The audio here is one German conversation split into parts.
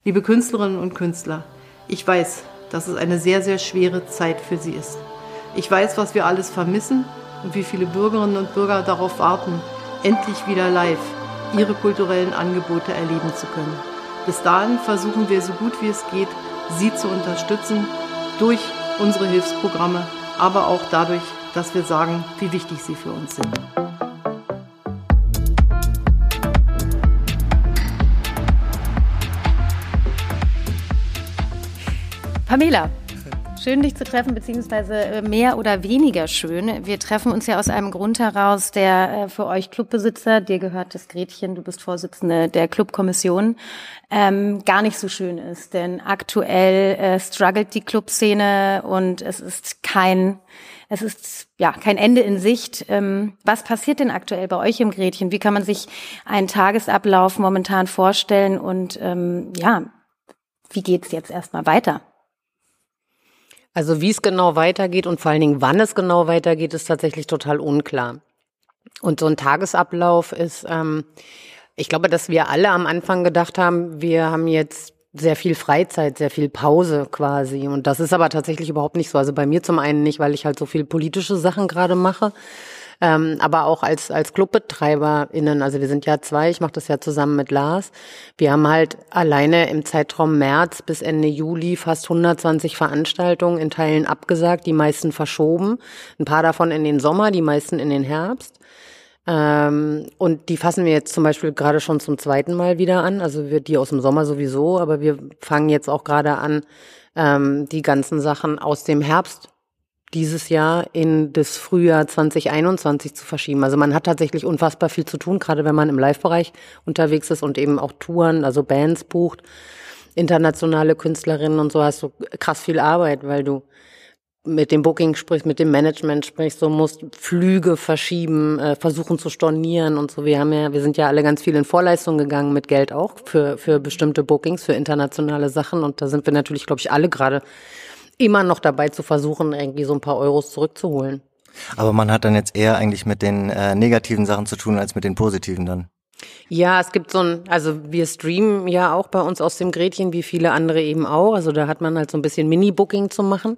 Liebe Künstlerinnen und Künstler, ich weiß, dass es eine sehr, sehr schwere Zeit für Sie ist. Ich weiß, was wir alles vermissen und wie viele Bürgerinnen und Bürger darauf warten, endlich wieder live ihre kulturellen Angebote erleben zu können. Bis dahin versuchen wir, so gut wie es geht, Sie zu unterstützen durch unsere Hilfsprogramme, aber auch dadurch, dass wir sagen, wie wichtig Sie für uns sind. Pamela, schön dich zu treffen, beziehungsweise mehr oder weniger schön. Wir treffen uns ja aus einem Grund heraus, der für euch Clubbesitzer, dir gehört das Gretchen, du bist Vorsitzende der Clubkommission, gar nicht so schön ist. Denn aktuell struggelt die Clubszene und es ist kein Ende in Sicht. Was passiert denn aktuell bei euch im Gretchen? Wie kann man sich einen Tagesablauf momentan vorstellen und wie geht's jetzt erstmal weiter? Also wie es genau weitergeht und vor allen Dingen wann es genau weitergeht, ist tatsächlich total unklar. Und so ein Tagesablauf ist, ich glaube, dass wir alle am Anfang gedacht haben, wir haben jetzt sehr viel Freizeit, sehr viel Pause quasi. Und das ist aber tatsächlich überhaupt nicht so. Also bei mir zum einen nicht, weil ich halt so viel politische Sachen gerade mache. Aber auch als ClubbetreiberInnen, also wir sind ja zwei, ich mache das ja zusammen mit Lars. Wir haben halt alleine im Zeitraum März bis Ende Juli fast 120 Veranstaltungen in Teilen abgesagt, die meisten verschoben. Ein paar davon in den Sommer, die meisten in den Herbst. Und die fassen wir jetzt zum Beispiel gerade schon zum zweiten Mal wieder an. Also wir die aus dem Sommer sowieso, aber wir fangen jetzt auch gerade an, die ganzen Sachen aus dem Herbst dieses Jahr in das Frühjahr 2021 zu verschieben. Also man hat tatsächlich unfassbar viel zu tun, gerade wenn man im Live-Bereich unterwegs ist und eben auch Touren, also Bands bucht, internationale Künstlerinnen und so, hast du krass viel Arbeit, weil du mit dem Booking sprichst, mit dem Management sprichst, so musst Flüge verschieben, versuchen zu stornieren und so. Wir sind ja alle ganz viel in Vorleistung gegangen mit Geld auch für bestimmte Bookings, für internationale Sachen und da sind wir natürlich, glaube ich, alle gerade immer noch dabei zu versuchen, irgendwie so ein paar Euros zurückzuholen. Aber man hat dann jetzt eher eigentlich mit den negativen Sachen zu tun, als mit den positiven dann. Ja, es gibt also wir streamen ja auch bei uns aus dem Gretchen, wie viele andere eben auch. Also da hat man halt so ein bisschen Mini-Booking zu machen.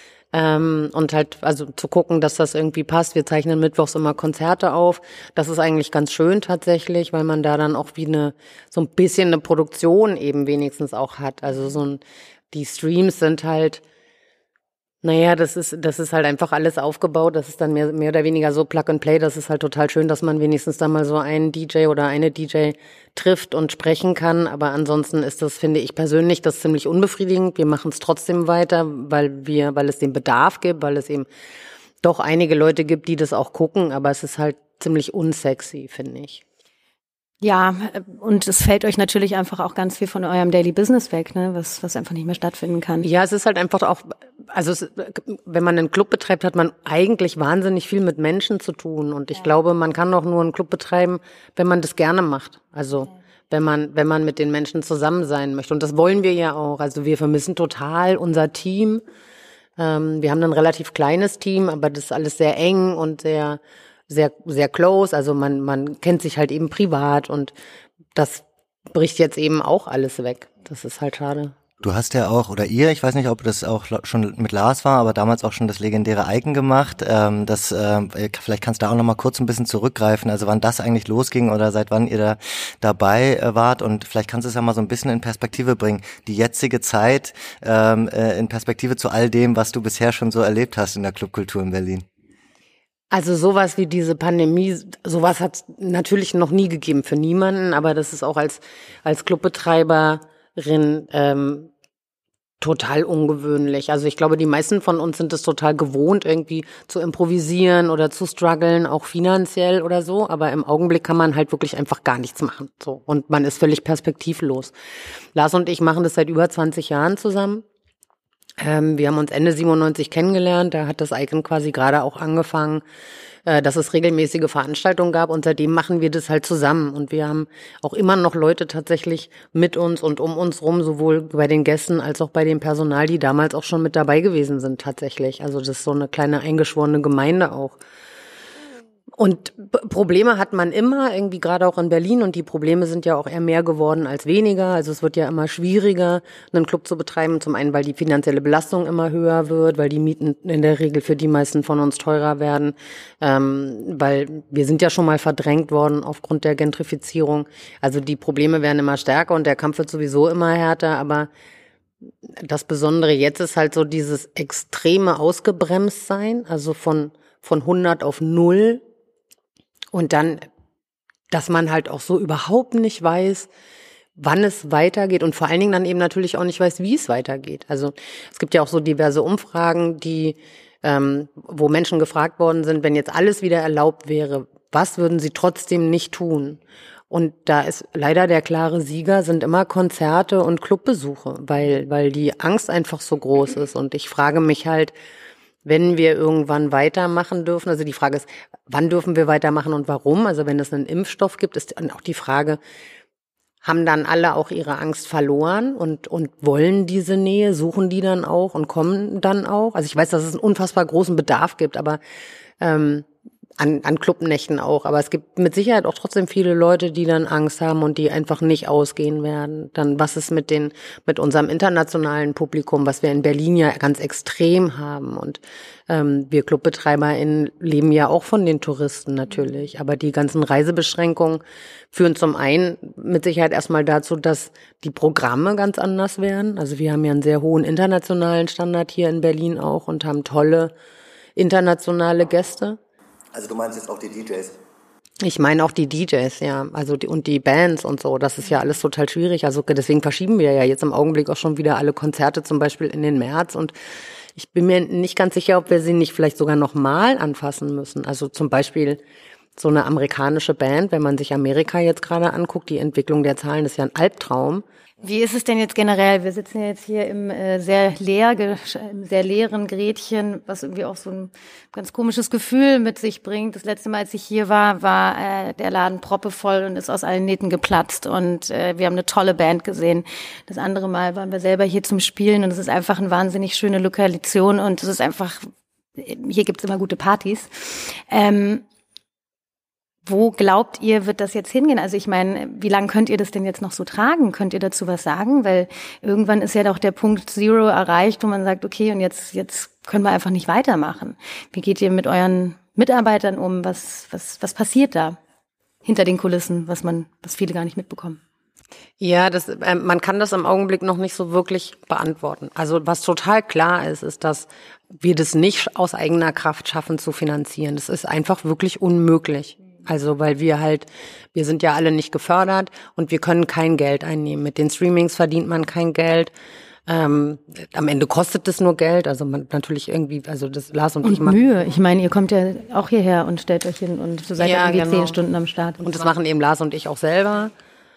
Und halt, also zu gucken, dass das irgendwie passt. Wir zeichnen mittwochs immer Konzerte auf. Das ist eigentlich ganz schön tatsächlich, weil man da dann auch so ein bisschen eine Produktion eben wenigstens auch hat. Also die Streams sind halt, naja, das ist halt einfach alles aufgebaut. Das ist dann mehr oder weniger so Plug and Play. Das ist halt total schön, dass man wenigstens da mal so einen DJ oder eine DJ trifft und sprechen kann. Aber ansonsten ist das, finde ich persönlich, das ziemlich unbefriedigend. Wir machen es trotzdem weiter, weil es den Bedarf gibt, weil es eben doch einige Leute gibt, die das auch gucken. Aber es ist halt ziemlich unsexy, finde ich. Ja, und es fällt euch natürlich einfach auch ganz viel von eurem Daily Business weg, ne, was einfach nicht mehr stattfinden kann. Ja, es ist halt einfach auch, wenn man einen Club betreibt, hat man eigentlich wahnsinnig viel mit Menschen zu tun. Und ich glaube, man kann auch nur einen Club betreiben, wenn man das gerne macht. Also wenn man mit den Menschen zusammen sein möchte. Und das wollen wir ja auch. Also wir vermissen total unser Team. Wir haben ein relativ kleines Team, aber das ist alles sehr eng und sehr, sehr close, also man kennt sich halt eben privat und das bricht jetzt eben auch alles weg. Das ist halt schade. Du hast ja auch, oder ihr, ich weiß nicht, ob das auch schon mit Lars war, aber damals auch schon das legendäre Icon gemacht. Vielleicht kannst du da auch noch mal kurz ein bisschen zurückgreifen, also wann das eigentlich losging oder seit wann ihr da dabei wart und vielleicht kannst du es ja mal so ein bisschen in Perspektive bringen, die jetzige Zeit in Perspektive zu all dem, was du bisher schon so erlebt hast in der Clubkultur in Berlin. Also sowas wie diese Pandemie, sowas hat es natürlich noch nie gegeben für niemanden, aber das ist auch als Clubbetreiberin total ungewöhnlich. Also ich glaube, die meisten von uns sind es total gewohnt, irgendwie zu improvisieren oder zu strugglen, auch finanziell oder so, aber im Augenblick kann man halt wirklich einfach gar nichts machen. So, und man ist völlig perspektivlos. Lars und ich machen das seit über 20 Jahren zusammen. Wir haben uns Ende 97 kennengelernt, da hat das Icon quasi gerade auch angefangen, dass es regelmäßige Veranstaltungen gab und seitdem machen wir das halt zusammen und wir haben auch immer noch Leute tatsächlich mit uns und um uns rum, sowohl bei den Gästen als auch bei dem Personal, die damals auch schon mit dabei gewesen sind tatsächlich. Also das ist so eine kleine eingeschworene Gemeinde auch. Und Probleme hat man immer, irgendwie gerade auch in Berlin. Und die Probleme sind ja auch eher mehr geworden als weniger. Also es wird ja immer schwieriger, einen Club zu betreiben. Zum einen, weil die finanzielle Belastung immer höher wird, weil die Mieten in der Regel für die meisten von uns teurer werden. Weil wir sind ja schon mal verdrängt worden aufgrund der Gentrifizierung. Also die Probleme werden immer stärker und der Kampf wird sowieso immer härter. Aber das Besondere jetzt ist halt so dieses extreme Ausgebremstsein, also von 100 auf 0. Und dann, dass man halt auch so überhaupt nicht weiß, wann es weitergeht und vor allen Dingen dann eben natürlich auch nicht weiß, wie es weitergeht. Also es gibt ja auch so diverse Umfragen, die, wo Menschen gefragt worden sind, wenn jetzt alles wieder erlaubt wäre, was würden sie trotzdem nicht tun? Und da ist leider der klare Sieger, sind immer Konzerte und Clubbesuche, weil die Angst einfach so groß ist. Und ich frage mich halt, wenn wir irgendwann weitermachen dürfen, also die Frage ist, wann dürfen wir weitermachen und warum? Also wenn es einen Impfstoff gibt, ist dann auch die Frage, haben dann alle auch ihre Angst verloren und wollen diese Nähe, suchen die dann auch und kommen dann auch? Also ich weiß, dass es einen unfassbar großen Bedarf gibt, aber an Clubnächten auch. Aber es gibt mit Sicherheit auch trotzdem viele Leute, die dann Angst haben und die einfach nicht ausgehen werden. Dann was ist mit unserem internationalen Publikum, was wir in Berlin ja ganz extrem haben. Und wir ClubbetreiberInnen leben ja auch von den Touristen natürlich. Aber die ganzen Reisebeschränkungen führen zum einen mit Sicherheit erstmal dazu, dass die Programme ganz anders werden. Also wir haben ja einen sehr hohen internationalen Standard hier in Berlin auch und haben tolle internationale Gäste. Also du meinst jetzt auch die DJs? Ich meine auch die DJs, ja, also die Bands und so, das ist ja alles total schwierig, also deswegen verschieben wir ja jetzt im Augenblick auch schon wieder alle Konzerte zum Beispiel in den März und ich bin mir nicht ganz sicher, ob wir sie nicht vielleicht sogar nochmal anfassen müssen, also zum Beispiel so eine amerikanische Band, wenn man sich Amerika jetzt gerade anguckt, die Entwicklung der Zahlen ist ja ein Albtraum. Wie ist es denn jetzt generell? Wir sitzen jetzt hier im sehr leeren Gretchen, was irgendwie auch so ein ganz komisches Gefühl mit sich bringt. Das letzte Mal, als ich hier war der Laden proppevoll und ist aus allen Nähten geplatzt und wir haben eine tolle Band gesehen. Das andere Mal waren wir selber hier zum Spielen und es ist einfach eine wahnsinnig schöne Lokation und es ist einfach, hier gibt's immer gute Partys. Wo glaubt ihr, wird das jetzt hingehen? Also ich meine, wie lange könnt ihr das denn jetzt noch so tragen? Könnt ihr dazu was sagen? Weil irgendwann ist ja doch der Punkt Zero erreicht, wo man sagt, okay, und jetzt können wir einfach nicht weitermachen. Wie geht ihr mit euren Mitarbeitern um? Was passiert da hinter den Kulissen, was viele gar nicht mitbekommen? Ja, man kann das im Augenblick noch nicht so wirklich beantworten. Also was total klar ist, dass wir das nicht aus eigener Kraft schaffen zu finanzieren. Das ist einfach wirklich unmöglich. Also weil wir sind ja alle nicht gefördert und wir können kein Geld einnehmen. Mit den Streamings verdient man kein Geld. Am Ende kostet es nur Geld. Also man natürlich irgendwie, also das Lars und ich machen. Mühe. Ich meine, ihr kommt ja auch hierher und stellt euch hin und so seid ihr irgendwie 10 Stunden am Start. Und das machen eben Lars und ich auch selber.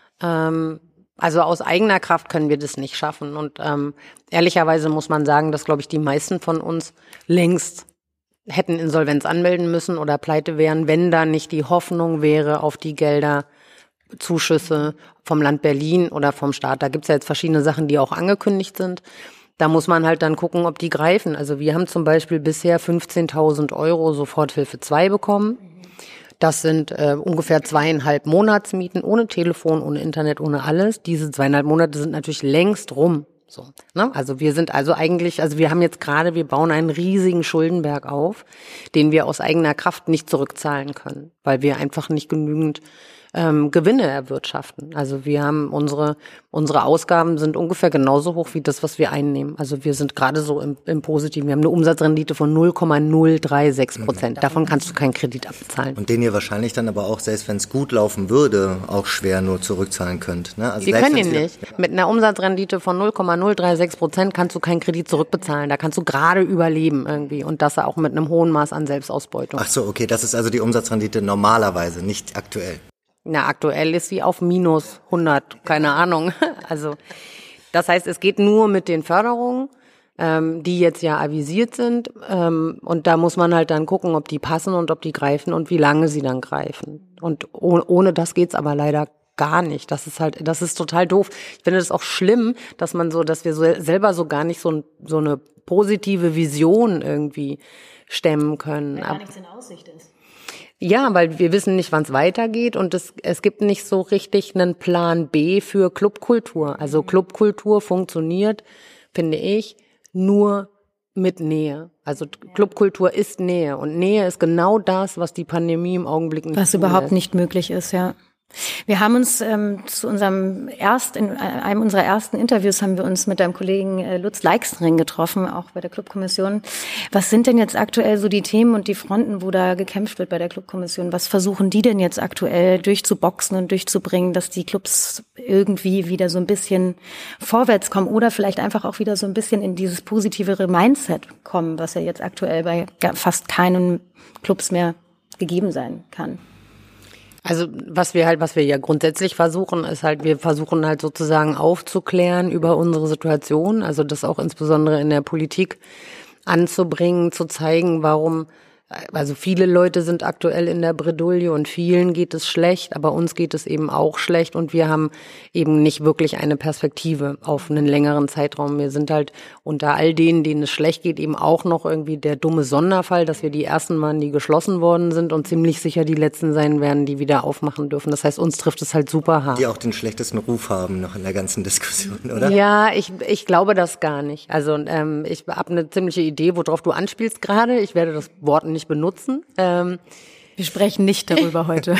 Also aus eigener Kraft können wir das nicht schaffen. Und ehrlicherweise muss man sagen, dass, glaube ich, die meisten von uns längst hätten Insolvenz anmelden müssen oder pleite wären, wenn da nicht die Hoffnung wäre auf die Gelder, Zuschüsse vom Land Berlin oder vom Staat. Da gibt's ja jetzt verschiedene Sachen, die auch angekündigt sind. Da muss man halt dann gucken, ob die greifen. Also wir haben zum Beispiel bisher 15.000 € Soforthilfe 2 bekommen. Das sind ungefähr 2,5 Monatsmieten ohne Telefon, ohne Internet, ohne alles. Diese 2,5 Monate sind natürlich längst rum. So, ne? Also wir haben jetzt gerade, wir bauen einen riesigen Schuldenberg auf, den wir aus eigener Kraft nicht zurückzahlen können, weil wir einfach nicht genügend Gewinne erwirtschaften. Also wir haben unsere Ausgaben sind ungefähr genauso hoch wie das, was wir einnehmen. Also wir sind gerade so im Positiven. Wir haben eine Umsatzrendite von 0,036%. Davon kannst du keinen Kredit abbezahlen. Und den ihr wahrscheinlich dann aber auch, selbst wenn es gut laufen würde, auch schwer nur zurückzahlen könnt. Ne? Also wir können ihn nicht. Mit einer Umsatzrendite von 0,036% kannst du keinen Kredit zurückbezahlen. Da kannst du gerade überleben irgendwie. Und das auch mit einem hohen Maß an Selbstausbeutung. Ach so, okay. Das ist also die Umsatzrendite normalerweise, nicht aktuell. Na, aktuell ist sie auf minus 100, keine Ahnung. Also, das heißt, es geht nur mit den Förderungen, die jetzt ja avisiert sind. Und da muss man halt dann gucken, ob die passen und ob die greifen und wie lange sie dann greifen. Und ohne das geht's aber leider gar nicht. Das ist total doof. Ich finde das auch schlimm, dass wir selber so gar nicht so eine positive Vision irgendwie stemmen können. Weil gar nichts in Aussicht ist. Ja, weil wir wissen nicht, wann es weitergeht und es gibt nicht so richtig einen Plan B für Clubkultur. Also Clubkultur funktioniert, finde ich, nur mit Nähe. Also Clubkultur ist Nähe und Nähe ist genau das, was die Pandemie im Augenblick nicht was überhaupt nicht möglich ist, ja. Wir haben uns zu in einem unserer ersten Interviews haben wir uns mit deinem Kollegen Lutz Leixenring getroffen, auch bei der Clubkommission. Was sind denn jetzt aktuell so die Themen und die Fronten, wo da gekämpft wird bei der Clubkommission? Was versuchen die denn jetzt aktuell durchzuboxen und durchzubringen, dass die Clubs irgendwie wieder so ein bisschen vorwärts kommen oder vielleicht einfach auch wieder so ein bisschen in dieses positivere Mindset kommen, was ja jetzt aktuell bei fast keinen Clubs mehr gegeben sein kann? Also was wir ja grundsätzlich versuchen, ist halt, wir versuchen halt sozusagen aufzuklären über unsere Situation, also das auch insbesondere in der Politik anzubringen, zu zeigen, warum, also viele Leute sind aktuell in der Bredouille und vielen geht es schlecht, aber uns geht es eben auch schlecht und wir haben eben nicht wirklich eine Perspektive auf einen längeren Zeitraum. Wir sind halt unter all denen es schlecht geht, eben auch noch irgendwie der dumme Sonderfall, dass wir die ersten waren, die geschlossen worden sind und ziemlich sicher die letzten sein werden, die wieder aufmachen dürfen. Das heißt, uns trifft es halt super hart. Die auch den schlechtesten Ruf haben noch in der ganzen Diskussion, oder? Ja, ich glaube das gar nicht. Also ich habe eine ziemliche Idee, worauf du anspielst gerade. Ich werde das Wort nicht benutzen. Wir sprechen nicht darüber heute.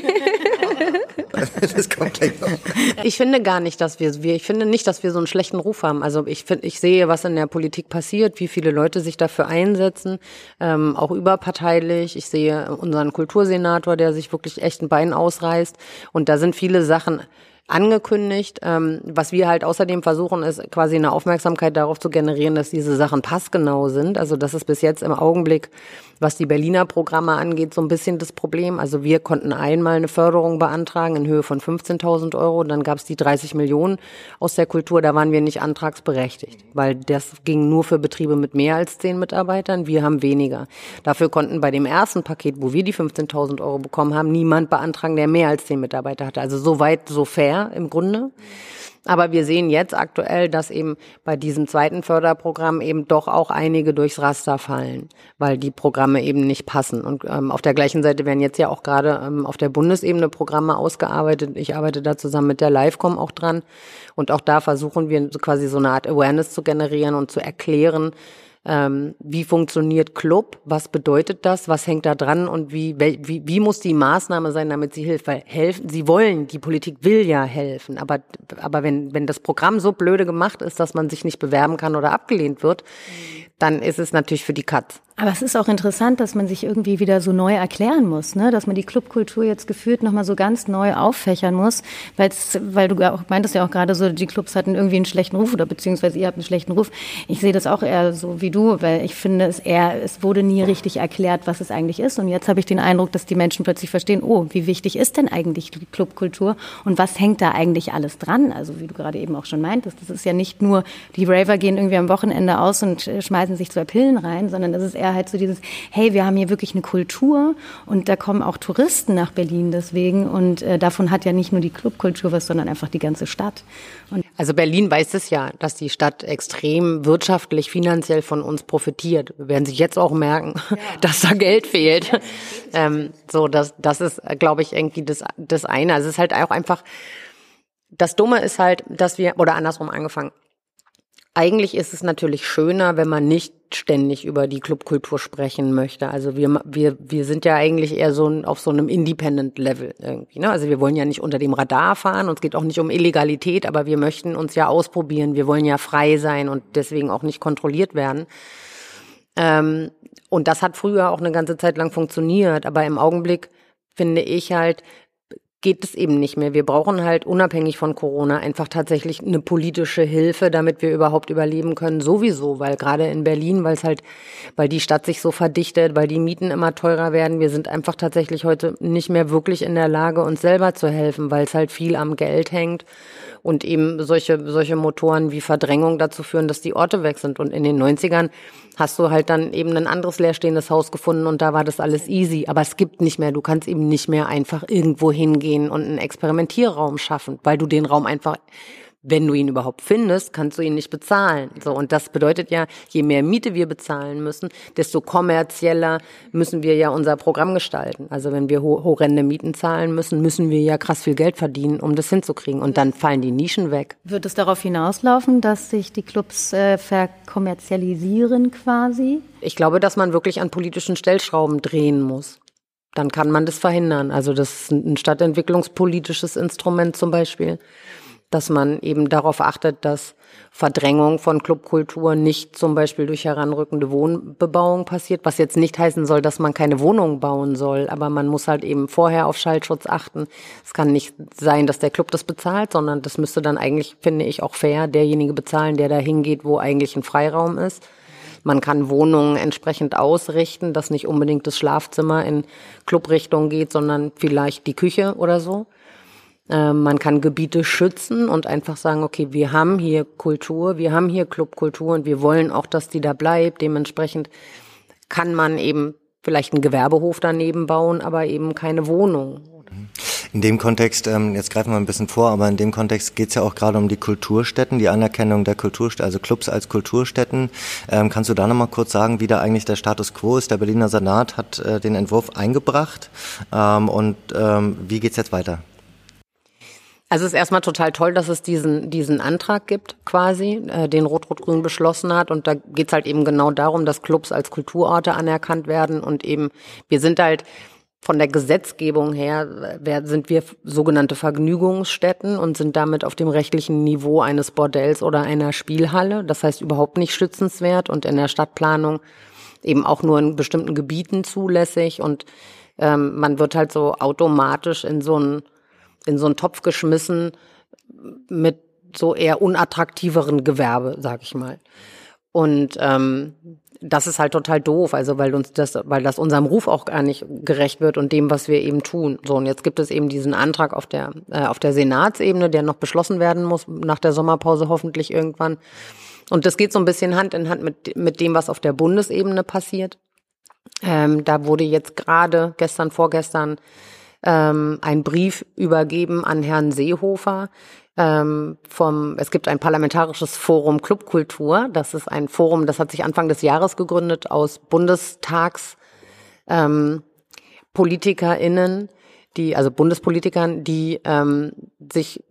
Das kommt gleich noch. Ich finde gar nicht, dass ich finde nicht, dass wir so einen schlechten Ruf haben. Also ich sehe, was in der Politik passiert, wie viele Leute sich dafür einsetzen, auch überparteilich. Ich sehe unseren Kultursenator, der sich wirklich echt ein Bein ausreißt. Und da sind viele Sachen angekündigt. Was wir halt außerdem versuchen, ist quasi eine Aufmerksamkeit darauf zu generieren, dass diese Sachen passgenau sind. Also das ist bis jetzt im Augenblick, was die Berliner Programme angeht, so ein bisschen das Problem. Also wir konnten einmal eine Förderung beantragen in Höhe von 15.000 Euro. Dann gab es die 30 Millionen aus der Kultur. Da waren wir nicht antragsberechtigt, weil das ging nur für Betriebe mit mehr als 10 Mitarbeitern. Wir haben weniger. Dafür konnten bei dem ersten Paket, wo wir die 15.000 Euro bekommen haben, niemand beantragen, der mehr als 10 Mitarbeiter hatte. Also so weit, so fair im Grunde. Aber wir sehen jetzt aktuell, dass eben bei diesem zweiten Förderprogramm eben doch auch einige durchs Raster fallen, weil die Programme eben nicht passen. Und auf der gleichen Seite werden jetzt ja auch gerade auf der Bundesebene Programme ausgearbeitet. Ich arbeite da zusammen mit der Livecom auch dran. Und auch da versuchen wir quasi so eine Art Awareness zu generieren und zu erklären, wie funktioniert Club, was bedeutet das, was hängt da dran und wie muss die Maßnahme sein, damit sie hilft, weil die Politik will ja helfen, aber wenn das Programm so blöde gemacht ist, dass man sich nicht bewerben kann oder abgelehnt wird, dann ist es natürlich für die Katz. Aber es ist auch interessant, dass man sich irgendwie wieder so neu erklären muss, ne? Dass man die Clubkultur jetzt gefühlt nochmal so ganz neu auffächern muss, weil du auch meintest ja auch gerade so, die Clubs hatten irgendwie einen schlechten Ruf oder beziehungsweise ihr habt einen schlechten Ruf. Ich sehe das auch eher so wie du, weil ich finde es wurde nie richtig erklärt, was es eigentlich ist. Und jetzt habe ich den Eindruck, dass die Menschen plötzlich verstehen, oh, wie wichtig ist denn eigentlich die Clubkultur und was hängt da eigentlich alles dran? Also wie du gerade eben auch schon meintest, das ist ja nicht nur, die Raver gehen irgendwie am Wochenende aus und schmeißen sich 2 Pillen rein, sondern das ist eher halt so dieses, hey, wir haben hier wirklich eine Kultur und da kommen auch Touristen nach Berlin deswegen und davon hat ja nicht nur die Clubkultur was, sondern einfach die ganze Stadt. Und also Berlin weiß es ja, dass die Stadt extrem wirtschaftlich, finanziell von uns profitiert. Wir werden sich jetzt auch merken, dass da Geld fehlt. Das ist, glaube ich, irgendwie das eine. Also es ist halt auch einfach, das Dumme ist halt, dass wir, oder andersrum angefangen, eigentlich ist es natürlich schöner, wenn man nicht ständig über die Clubkultur sprechen möchte. Also wir sind ja eigentlich eher so auf so einem Independent-Level irgendwie, ne? Also wir wollen ja nicht unter dem Radar fahren, uns geht auch nicht um Illegalität, aber wir möchten uns ja ausprobieren, wir wollen ja frei sein und deswegen auch nicht kontrolliert werden. Und das hat früher auch eine ganze Zeit lang funktioniert, aber im Augenblick finde ich halt, geht es eben nicht mehr. Wir brauchen halt unabhängig von Corona einfach tatsächlich eine politische Hilfe, damit wir überhaupt überleben können, sowieso, weil gerade in Berlin, weil die Stadt sich so verdichtet, weil die Mieten immer teurer werden, wir sind einfach tatsächlich heute nicht mehr wirklich in der Lage, uns selber zu helfen, weil es halt viel am Geld hängt und eben solche Motoren wie Verdrängung dazu führen, dass die Orte weg sind. Und in den 90ern hast du halt dann eben ein anderes leerstehendes Haus gefunden und da war das alles easy. Aber es gibt nicht mehr, du kannst eben nicht mehr einfach irgendwo hingehen und einen Experimentierraum schaffen, weil du den Raum einfach wenn du ihn überhaupt findest, kannst du ihn nicht bezahlen. So, und das bedeutet ja, je mehr Miete wir bezahlen müssen, desto kommerzieller müssen wir ja unser Programm gestalten. Also wenn wir horrende Mieten zahlen müssen, müssen wir ja krass viel Geld verdienen, um das hinzukriegen. Und dann fallen die Nischen weg. Wird es darauf hinauslaufen, dass sich die Clubs verkommerzialisieren quasi? Ich glaube, dass man wirklich an politischen Stellschrauben drehen muss. Dann kann man das verhindern. Also das ist ein stadtentwicklungspolitisches Instrument zum Beispiel, dass man eben darauf achtet, dass Verdrängung von Clubkultur nicht zum Beispiel durch heranrückende Wohnbebauung passiert, was jetzt nicht heißen soll, dass man keine Wohnungen bauen soll, aber man muss halt eben vorher auf Schallschutz achten. Es kann nicht sein, dass der Club das bezahlt, sondern das müsste dann eigentlich, finde ich, auch fair derjenige bezahlen, der da hingeht, wo eigentlich ein Freiraum ist. Man kann Wohnungen entsprechend ausrichten, dass nicht unbedingt das Schlafzimmer in Clubrichtung geht, sondern vielleicht die Küche oder so. Man kann Gebiete schützen und einfach sagen, okay, wir haben hier Kultur, wir haben hier Clubkultur und wir wollen auch, dass die da bleibt. Dementsprechend kann man eben vielleicht einen Gewerbehof daneben bauen, aber eben keine Wohnung. In dem Kontext, jetzt greifen wir ein bisschen vor, aber in dem Kontext geht es ja auch gerade um die Kulturstätten, die Anerkennung der Kulturstätten, also Clubs als Kulturstätten. Kannst du da nochmal kurz sagen, wie da eigentlich der Status quo ist? Der Berliner Senat hat den Entwurf eingebracht und wie geht's jetzt weiter? Also es ist erstmal total toll, dass es diesen Antrag gibt quasi, den Rot-Rot-Grün beschlossen hat. Und da geht's halt eben genau darum, dass Clubs als Kulturorte anerkannt werden. Und eben, wir sind halt von der Gesetzgebung her, sind wir sogenannte Vergnügungsstätten und sind damit auf dem rechtlichen Niveau eines Bordells oder einer Spielhalle. Das heißt überhaupt nicht schützenswert und in der Stadtplanung eben auch nur in bestimmten Gebieten zulässig. Und man wird halt so automatisch in so einen Topf geschmissen mit so eher unattraktiveren Gewerbe, sag ich mal. Und das ist halt total doof, also weil das unserem Ruf auch gar nicht gerecht wird und dem, was wir eben tun. So, und jetzt gibt es eben diesen Antrag auf der Senatsebene, der noch beschlossen werden muss, nach der Sommerpause hoffentlich irgendwann. Und das geht so ein bisschen Hand in Hand mit dem, was auf der Bundesebene passiert. Da wurde jetzt gerade vorgestern ein Brief übergeben an Herrn Seehofer. Es gibt ein parlamentarisches Forum Clubkultur. Das ist ein Forum, das hat sich Anfang des Jahres gegründet aus BundestagspolitikerInnen, Bundespolitikern, die sich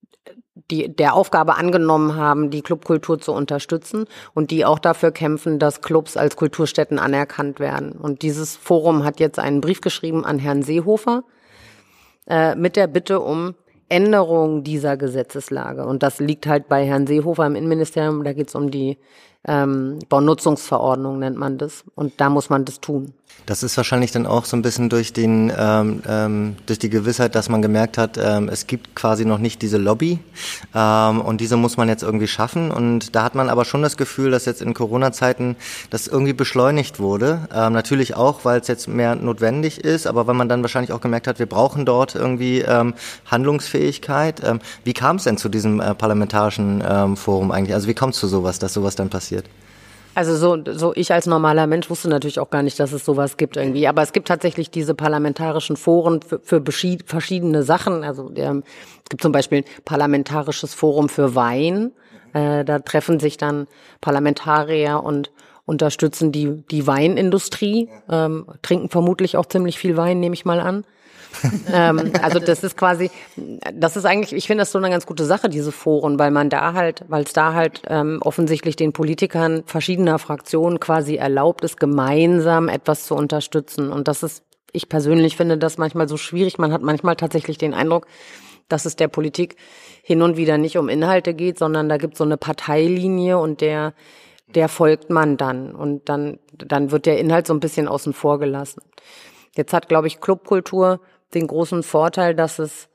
der Aufgabe angenommen haben, die Clubkultur zu unterstützen und die auch dafür kämpfen, dass Clubs als Kulturstätten anerkannt werden. Und dieses Forum hat jetzt einen Brief geschrieben an Herrn Seehofer mit der Bitte um Änderung dieser Gesetzeslage. Und das liegt halt bei Herrn Seehofer im Innenministerium. Da geht es um die Baunutzungsverordnung, nennt man das. Und da muss man das tun. Das ist wahrscheinlich dann auch so ein bisschen durch die Gewissheit, dass man gemerkt hat, es gibt quasi noch nicht diese Lobby und diese muss man jetzt irgendwie schaffen. Und da hat man aber schon das Gefühl, dass jetzt in Corona-Zeiten das irgendwie beschleunigt wurde. Natürlich auch, weil es jetzt mehr notwendig ist, aber weil man dann wahrscheinlich auch gemerkt hat, wir brauchen dort irgendwie Handlungsfähigkeit. Wie kam es denn zu diesem parlamentarischen Forum eigentlich? Also wie kommt es zu sowas, dass sowas dann passiert? Also so ich als normaler Mensch wusste natürlich auch gar nicht, dass es sowas gibt irgendwie. Aber es gibt tatsächlich diese parlamentarischen Foren für verschiedene Sachen. Also es gibt zum Beispiel ein parlamentarisches Forum für Wein. Da treffen sich dann Parlamentarier und unterstützen die Weinindustrie. Trinken vermutlich auch ziemlich viel Wein, nehme ich mal an. Also das ist eigentlich, ich finde das so eine ganz gute Sache, diese Foren, weil es da halt offensichtlich den Politikern verschiedener Fraktionen quasi erlaubt ist, gemeinsam etwas zu unterstützen. Und ich persönlich finde das manchmal so schwierig. Man hat manchmal tatsächlich den Eindruck, dass es der Politik hin und wieder nicht um Inhalte geht, sondern da gibt es so eine Parteilinie und der folgt man dann. Und dann wird der Inhalt so ein bisschen außen vor gelassen. Jetzt hat, glaube ich, Clubkultur den großen Vorteil, dass es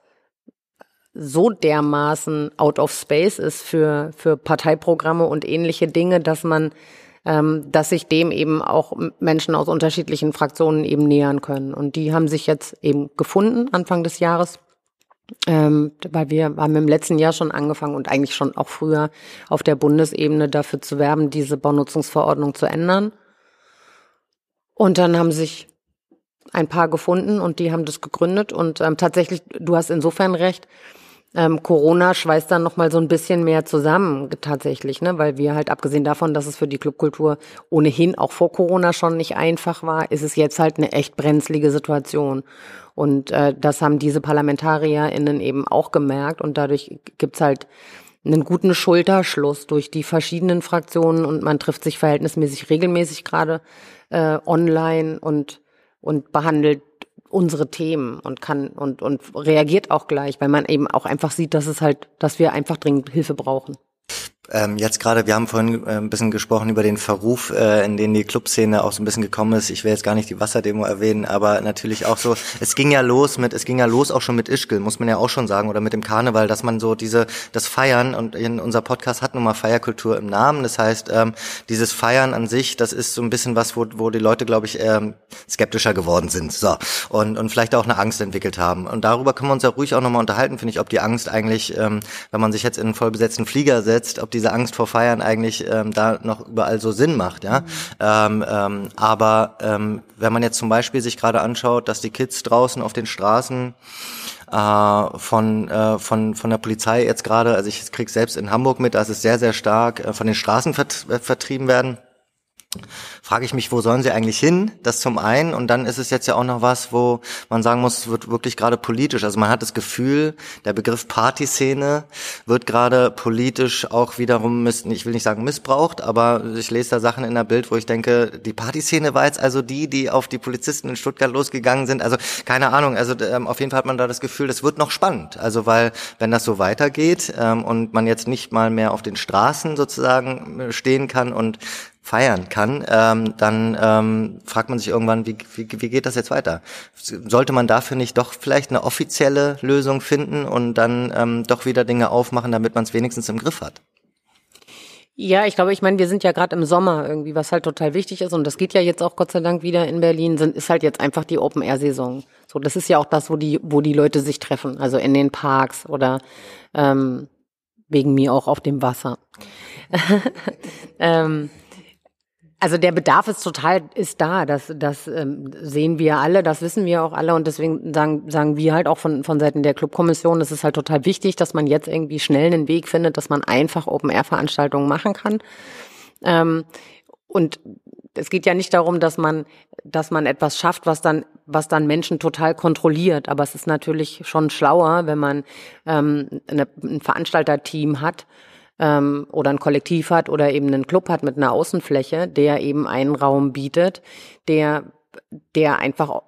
so dermaßen out of space ist für Parteiprogramme und ähnliche Dinge, dass sich dem eben auch Menschen aus unterschiedlichen Fraktionen eben nähern können. Und die haben sich jetzt eben gefunden Anfang des Jahres, weil wir haben im letzten Jahr schon angefangen und eigentlich schon auch früher auf der Bundesebene dafür zu werben, diese Baunutzungsverordnung zu ändern. Und dann haben sich ein paar gefunden und die haben das gegründet und tatsächlich, du hast insofern recht, Corona schweißt dann noch mal so ein bisschen mehr zusammen tatsächlich, ne, weil wir halt abgesehen davon, dass es für die Clubkultur ohnehin auch vor Corona schon nicht einfach war, ist es jetzt halt eine echt brenzlige Situation. Und das haben diese ParlamentarierInnen eben auch gemerkt und dadurch gibt's halt einen guten Schulterschluss durch die verschiedenen Fraktionen und man trifft sich verhältnismäßig regelmäßig gerade online und behandelt unsere Themen und kann und reagiert auch gleich, weil man eben auch einfach sieht, dass wir einfach dringend Hilfe brauchen. Jetzt gerade, wir haben vorhin ein bisschen gesprochen über den Verruf, in den die Clubszene auch so ein bisschen gekommen ist. Ich will jetzt gar nicht die Wasserdemo erwähnen, aber natürlich auch so, es ging ja los auch schon mit Ischgl, muss man ja auch schon sagen, oder mit dem Karneval, dass man so das Feiern, und unser Podcast hat nun mal Feierkultur im Namen, das heißt, dieses Feiern an sich, das ist so ein bisschen was, wo die Leute, glaube ich, skeptischer geworden sind, so, und vielleicht auch eine Angst entwickelt haben. Und darüber können wir uns ja ruhig auch nochmal unterhalten, finde ich, ob die Angst eigentlich, wenn man sich jetzt in einen vollbesetzten Flieger setzt, ob diese Angst vor Feiern eigentlich da noch überall so Sinn macht, ja. Aber wenn man jetzt zum Beispiel sich gerade anschaut, dass die Kids draußen auf den Straßen von der Polizei jetzt gerade, also ich krieg's selbst in Hamburg mit, da ist es sehr, sehr stark von den Straßen vertrieben werden, frage ich mich, wo sollen sie eigentlich hin? Das zum einen. Und dann ist es jetzt ja auch noch was, wo man sagen muss, es wird wirklich gerade politisch. Also man hat das Gefühl, der Begriff Partyszene wird gerade politisch auch wiederum, ich will nicht sagen missbraucht, aber ich lese da Sachen in der Bild, wo ich denke, die Partyszene war jetzt also die auf die Polizisten in Stuttgart losgegangen sind. Also keine Ahnung, also auf jeden Fall hat man da das Gefühl, das wird noch spannend. Also weil, wenn das so weitergeht und man jetzt nicht mal mehr auf den Straßen sozusagen stehen kann und feiern kann, dann fragt man sich irgendwann, wie geht das jetzt weiter? Sollte man dafür nicht doch vielleicht eine offizielle Lösung finden und dann doch wieder Dinge aufmachen, damit man es wenigstens im Griff hat? Ja, ich meine, wir sind ja gerade im Sommer irgendwie, was halt total wichtig ist und das geht ja jetzt auch Gott sei Dank wieder in Berlin, ist halt jetzt einfach die Open-Air-Saison. So, das ist ja auch das, wo die Leute sich treffen, also in den Parks oder wegen mir auch auf dem Wasser. Also der Bedarf ist da, das sehen wir alle, das wissen wir auch alle und deswegen sagen wir halt auch von Seiten der Clubkommission, es ist halt total wichtig, dass man jetzt irgendwie schnell einen Weg findet, dass man einfach Open-Air-Veranstaltungen machen kann. Und es geht ja nicht darum, dass man etwas schafft, was dann Menschen total kontrolliert, aber es ist natürlich schon schlauer, wenn man ein Veranstalterteam hat, oder ein Kollektiv hat oder eben einen Club hat mit einer Außenfläche, der eben einen Raum bietet, der einfach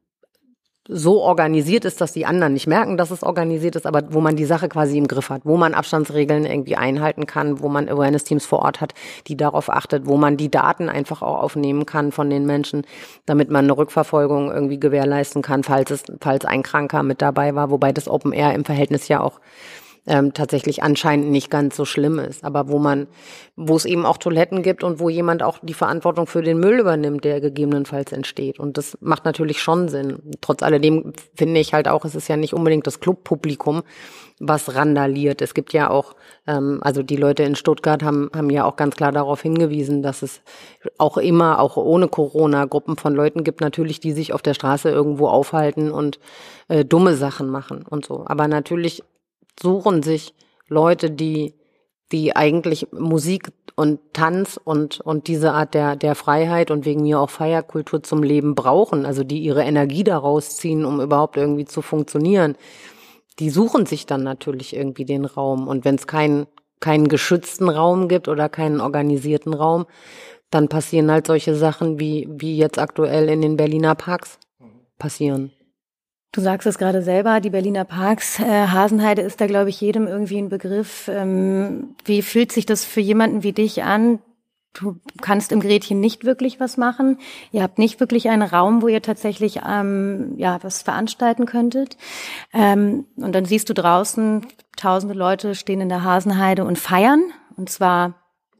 so organisiert ist, dass die anderen nicht merken, dass es organisiert ist, aber wo man die Sache quasi im Griff hat, wo man Abstandsregeln irgendwie einhalten kann, wo man Awareness-Teams vor Ort hat, die darauf achtet, wo man die Daten einfach auch aufnehmen kann von den Menschen, damit man eine Rückverfolgung irgendwie gewährleisten kann, falls ein Kranker mit dabei war, wobei das Open Air im Verhältnis ja auch tatsächlich anscheinend nicht ganz so schlimm ist, aber wo es eben auch Toiletten gibt und wo jemand auch die Verantwortung für den Müll übernimmt, der gegebenenfalls entsteht. Und das macht natürlich schon Sinn. Trotz alledem finde ich halt auch, es ist ja nicht unbedingt das Clubpublikum, was randaliert. Es gibt ja auch, also die Leute in Stuttgart haben ja auch ganz klar darauf hingewiesen, dass es auch immer, auch ohne Corona, Gruppen von Leuten gibt natürlich, die sich auf der Straße irgendwo aufhalten und dumme Sachen machen und so. Aber natürlich suchen sich Leute, die eigentlich Musik und Tanz und diese Art der Freiheit und wegen mir auch Feierkultur zum Leben brauchen, also die ihre Energie daraus ziehen, um überhaupt irgendwie zu funktionieren, die suchen sich dann natürlich irgendwie den Raum. Und wenn es keinen geschützten Raum gibt oder keinen organisierten Raum, dann passieren halt solche Sachen, wie jetzt aktuell in den Berliner Parks passieren. Du sagst es gerade selber, die Berliner Parks, Hasenheide ist da, glaube ich, jedem irgendwie ein Begriff. Wie fühlt sich das für jemanden wie dich an? Du kannst im Gretchen nicht wirklich was machen. Ihr habt nicht wirklich einen Raum, wo ihr tatsächlich was veranstalten könntet. Und dann siehst du draußen, tausende Leute stehen in der Hasenheide und feiern. Und zwar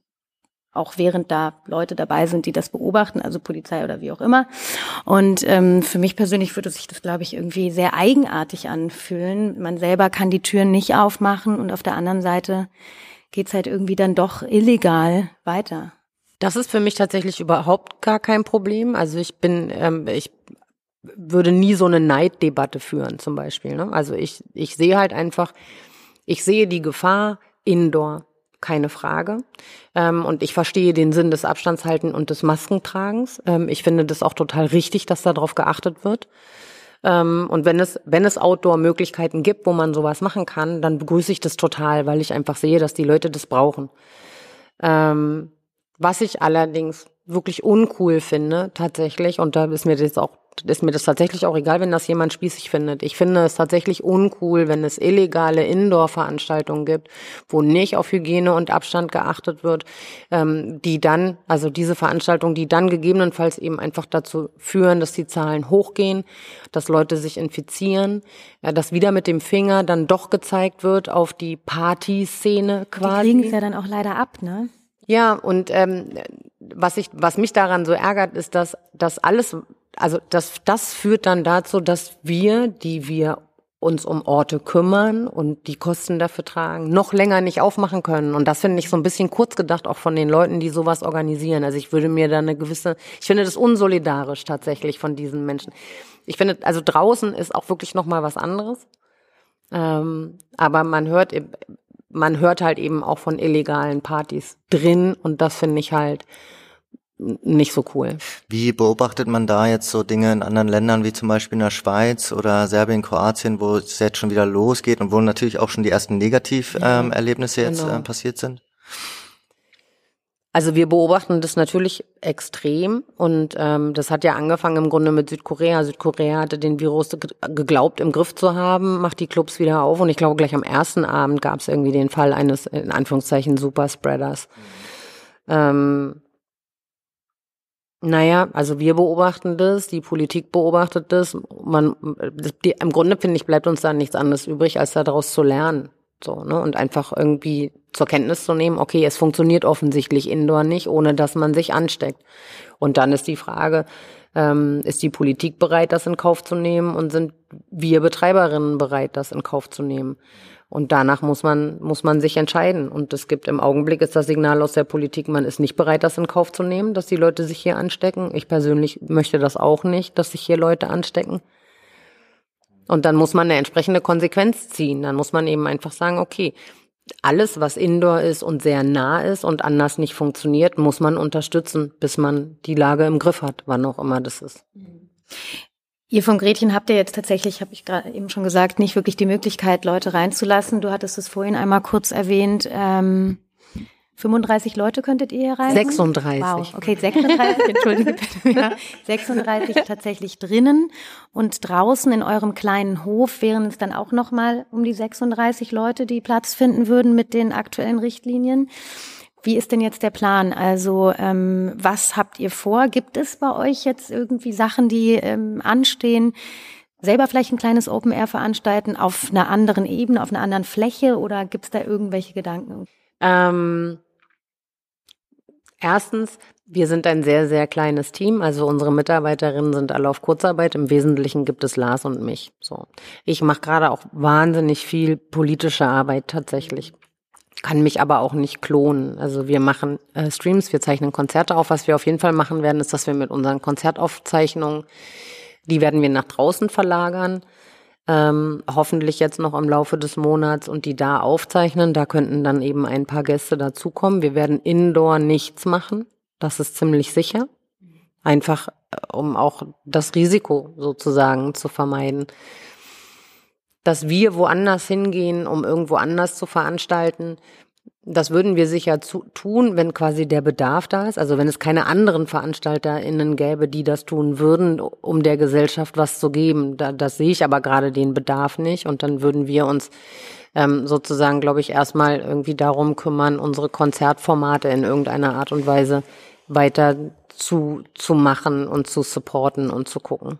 auch während da Leute dabei sind, die das beobachten, also Polizei oder wie auch immer. Und für mich persönlich würde sich das, glaube ich, irgendwie sehr eigenartig anfühlen. Man selber kann die Türen nicht aufmachen und auf der anderen Seite geht's halt irgendwie dann doch illegal weiter. Das ist für mich tatsächlich überhaupt gar kein Problem. Also ich würde nie so eine Neiddebatte führen zum Beispiel. Ne? Also ich sehe halt einfach, Ich sehe die Gefahr indoor, keine Frage. Und ich verstehe den Sinn des Abstandshalten und des Maskentragens. Ich finde das auch total richtig, dass darauf geachtet wird. Und wenn es Outdoor-Möglichkeiten gibt, wo man sowas machen kann, dann begrüße ich das total, weil ich einfach sehe, dass die Leute das brauchen. Was ich allerdings wirklich uncool finde, tatsächlich, und da ist mir das tatsächlich auch egal, wenn das jemand spießig findet. Ich finde es tatsächlich uncool, wenn es illegale Indoor-Veranstaltungen gibt, wo nicht auf Hygiene und Abstand geachtet wird, diese Veranstaltungen, die dann gegebenenfalls eben einfach dazu führen, dass die Zahlen hochgehen, dass Leute sich infizieren, dass wieder mit dem Finger dann doch gezeigt wird auf die Partyszene quasi. Die kriegen es ja dann auch leider ab, ne? Ja, und was mich daran so ärgert, ist, dass das alles, also das führt dann dazu, dass die wir uns um Orte kümmern und die Kosten dafür tragen, noch länger nicht aufmachen können. Und das finde ich so ein bisschen kurz gedacht, auch von den Leuten, die sowas organisieren. Also ich finde das unsolidarisch tatsächlich von diesen Menschen. Ich finde, also draußen ist auch wirklich noch mal was anderes. Aber man hört halt eben auch von illegalen Partys drin und das finde ich halt nicht so cool. Wie beobachtet man da jetzt so Dinge in anderen Ländern, wie zum Beispiel in der Schweiz oder Serbien, Kroatien, wo es jetzt schon wieder losgeht und wo natürlich auch schon die ersten Erlebnisse jetzt passiert sind? Also wir beobachten das natürlich extrem und das hat ja angefangen im Grunde mit Südkorea. Südkorea hatte den Virus geglaubt im Griff zu haben, macht die Clubs wieder auf und ich glaube gleich am ersten Abend gab es irgendwie den Fall eines in Anführungszeichen Superspreaders. Also wir beobachten das, die Politik beobachtet das. Im Grunde finde ich, bleibt uns da nichts anderes übrig, als daraus zu lernen. So, ne? Und einfach irgendwie zur Kenntnis zu nehmen, okay, es funktioniert offensichtlich indoor nicht, ohne dass man sich ansteckt. Und dann ist die Frage, ist die Politik bereit, das in Kauf zu nehmen und sind wir Betreiberinnen bereit, das in Kauf zu nehmen? Und danach muss man sich entscheiden. Und im Augenblick ist das Signal aus der Politik, man ist nicht bereit, das in Kauf zu nehmen, dass die Leute sich hier anstecken. Ich persönlich möchte das auch nicht, dass sich hier Leute anstecken. Und dann muss man eine entsprechende Konsequenz ziehen. Dann muss man eben einfach sagen, okay, alles, was Indoor ist und sehr nah ist und anders nicht funktioniert, muss man unterstützen, bis man die Lage im Griff hat, wann auch immer das ist. Ihr von Gretchen habt ja jetzt tatsächlich, habe ich gerade eben schon gesagt, nicht wirklich die Möglichkeit, Leute reinzulassen. Du hattest es vorhin einmal kurz erwähnt. 35 Leute könntet ihr hier rein? 36. Wow, okay, 36, entschuldige bitte. Ja. 36 tatsächlich drinnen und draußen in eurem kleinen Hof wären es dann auch nochmal um die 36 Leute, die Platz finden würden mit den aktuellen Richtlinien. Wie ist denn jetzt der Plan? Also was habt ihr vor? Gibt es bei euch jetzt irgendwie Sachen, die anstehen? Selber vielleicht ein kleines Open Air veranstalten auf einer anderen Ebene, auf einer anderen Fläche oder gibt es da irgendwelche Gedanken? Erstens, wir sind ein sehr, sehr kleines Team. Also unsere Mitarbeiterinnen sind alle auf Kurzarbeit. Im Wesentlichen gibt es Lars und mich. So, ich mache gerade auch wahnsinnig viel politische Arbeit tatsächlich. Kann mich aber auch nicht klonen. Also wir machen Streams, wir zeichnen Konzerte auf. Was wir auf jeden Fall machen werden, ist, dass wir mit unseren Konzertaufzeichnungen, die werden wir nach draußen verlagern. Hoffentlich jetzt noch im Laufe des Monats und die da aufzeichnen. Da könnten dann eben ein paar Gäste dazukommen. Wir werden indoor nichts machen. Das ist ziemlich sicher. Einfach, um auch das Risiko sozusagen zu vermeiden. Dass wir woanders hingehen, um irgendwo anders zu veranstalten, das würden wir sicher tun, wenn quasi der Bedarf da ist. Also wenn es keine anderen VeranstalterInnen gäbe, die das tun würden, um der Gesellschaft was zu geben. Das sehe ich aber gerade den Bedarf nicht. Und dann würden wir uns sozusagen, glaube ich, erstmal irgendwie darum kümmern, unsere Konzertformate in irgendeiner Art und Weise weiter zu machen und zu supporten und zu gucken.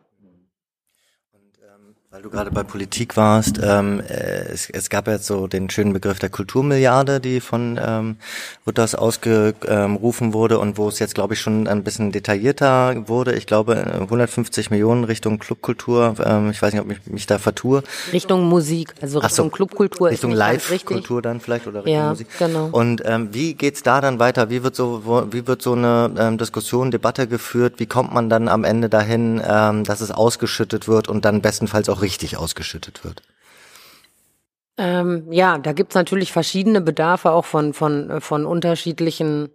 Weil du gerade bei Politik warst, es gab ja jetzt so den schönen Begriff der Kulturmilliarde, die von Rutters ausgerufen wurde und wo es jetzt, glaube ich, schon ein bisschen detaillierter wurde. Ich glaube, 150 Millionen Richtung Clubkultur. Ich weiß nicht, ob ich mich da vertue. Richtung Musik, also Richtung Clubkultur. Richtung Live-Kultur dann vielleicht oder Richtung Musik. Genau. Und wie geht's da dann weiter? Wie wird so eine Diskussion, Debatte geführt? Wie kommt man dann am Ende dahin, dass es ausgeschüttet wird und dann bestenfalls auch richtig ausgeschüttet wird? Ja, da gibt's natürlich verschiedene Bedarfe auch von unterschiedlichen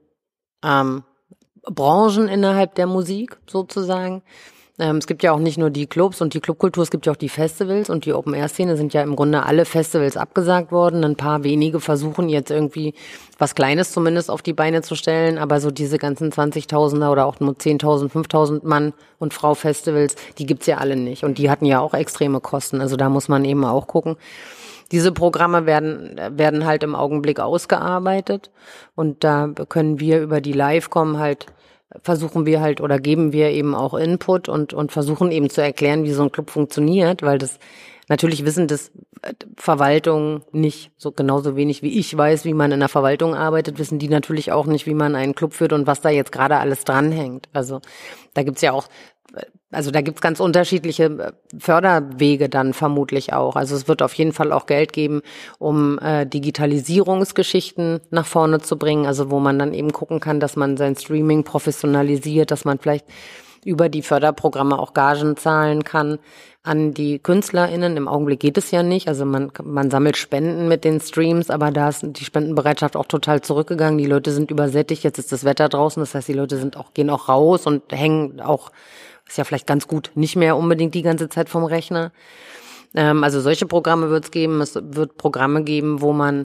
Branchen innerhalb der Musik sozusagen. Es gibt ja auch nicht nur die Clubs und die Clubkultur, es gibt ja auch die Festivals und die Open-Air-Szene sind ja im Grunde alle Festivals abgesagt worden. Ein paar wenige versuchen jetzt irgendwie was Kleines zumindest auf die Beine zu stellen, aber so diese ganzen 20.000er oder auch nur 10.000, 5.000 Mann und Frau Festivals, die gibt's ja alle nicht und die hatten ja auch extreme Kosten. Also da muss man eben auch gucken. Diese Programme werden halt im Augenblick ausgearbeitet und da können wir über die Livecom halt versuchen wir halt oder geben wir eben auch Input und versuchen eben zu erklären, wie so ein Club funktioniert, weil das natürlich wissen das Verwaltungen nicht, so genauso wenig wie ich weiß, wie man in der Verwaltung arbeitet, wissen die natürlich auch nicht, wie man einen Club führt und was da jetzt gerade alles dranhängt. Also da gibt's ja auch da gibt's ganz unterschiedliche Förderwege dann vermutlich auch. Also es wird auf jeden Fall auch Geld geben, um Digitalisierungsgeschichten nach vorne zu bringen. Also wo man dann eben gucken kann, dass man sein Streaming professionalisiert, dass man vielleicht über die Förderprogramme auch Gagen zahlen kann an die KünstlerInnen. Im Augenblick geht es ja nicht. Also man sammelt Spenden mit den Streams, aber da ist die Spendenbereitschaft auch total zurückgegangen. Die Leute sind übersättigt. Jetzt ist das Wetter draußen. Das heißt, die Leute gehen auch raus und hängen auch, ist ja vielleicht ganz gut, nicht mehr unbedingt die ganze Zeit vom Rechner. Also solche Programme wird es geben. Es wird Programme geben, wo man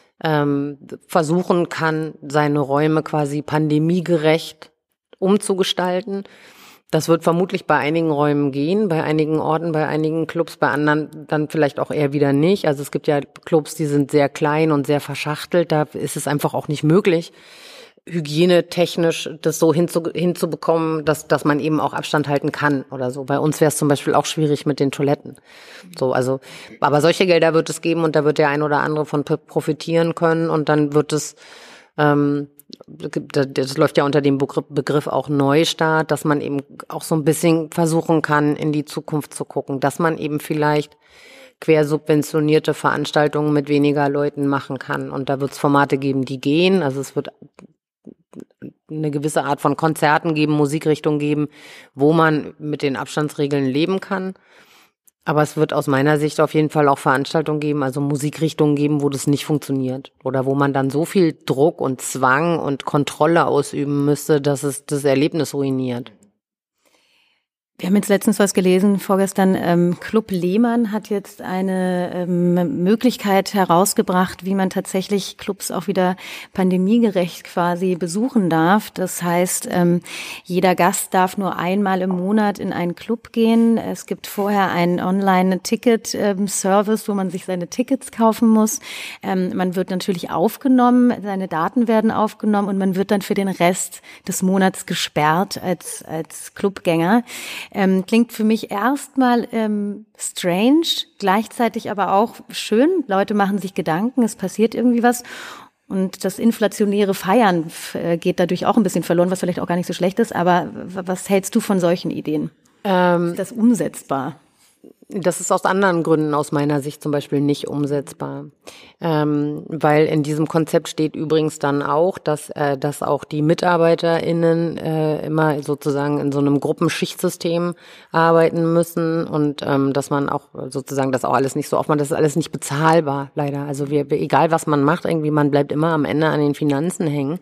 versuchen kann, seine Räume quasi pandemiegerecht umzugestalten. Das wird vermutlich bei einigen Räumen gehen, bei einigen Orten, bei einigen Clubs, bei anderen dann vielleicht auch eher wieder nicht. Also es gibt ja Clubs, die sind sehr klein und sehr verschachtelt. Da ist es einfach auch nicht möglich, hygienetechnisch das so hinzubekommen, dass man eben auch Abstand halten kann oder so. Bei uns wäre es zum Beispiel auch schwierig mit den Toiletten. So, also, aber solche Gelder wird es geben und da wird der ein oder andere von profitieren können und dann wird es das läuft ja unter dem Begriff auch Neustart, dass man eben auch so ein bisschen versuchen kann, in die Zukunft zu gucken, dass man eben vielleicht quersubventionierte Veranstaltungen mit weniger Leuten machen kann. Und da wird es Formate geben, die gehen. Also es wird eine gewisse Art von Konzerten geben, Musikrichtungen geben, wo man mit den Abstandsregeln leben kann. Aber es wird aus meiner Sicht auf jeden Fall auch Veranstaltungen geben, also Musikrichtungen geben, wo das nicht funktioniert. Oder wo man dann so viel Druck und Zwang und Kontrolle ausüben müsste, dass es das Erlebnis ruiniert. Wir haben jetzt letztens was gelesen, vorgestern, Club Lehmann hat jetzt eine Möglichkeit herausgebracht, wie man tatsächlich Clubs auch wieder pandemiegerecht quasi besuchen darf. Das heißt, jeder Gast darf nur einmal im Monat in einen Club gehen. Es gibt vorher einen Online-Ticket-Service, wo man sich seine Tickets kaufen muss. Man wird natürlich aufgenommen, seine Daten werden aufgenommen und man wird dann für den Rest des Monats gesperrt als Clubgänger. Klingt für mich erstmal strange, gleichzeitig aber auch schön. Leute machen sich Gedanken, es passiert irgendwie was. Und das inflationäre Feiern geht dadurch auch ein bisschen verloren, was vielleicht auch gar nicht so schlecht ist. Aber was hältst du von solchen Ideen? Ist das umsetzbar? Das ist aus anderen Gründen aus meiner Sicht zum Beispiel nicht umsetzbar. Weil in diesem Konzept steht übrigens dann auch, dass auch die MitarbeiterInnen immer sozusagen in so einem Gruppenschichtsystem arbeiten müssen und dass man auch sozusagen das auch alles nicht so oft macht, das ist alles nicht bezahlbar, leider. Also egal was man macht, irgendwie man bleibt immer am Ende an den Finanzen hängen.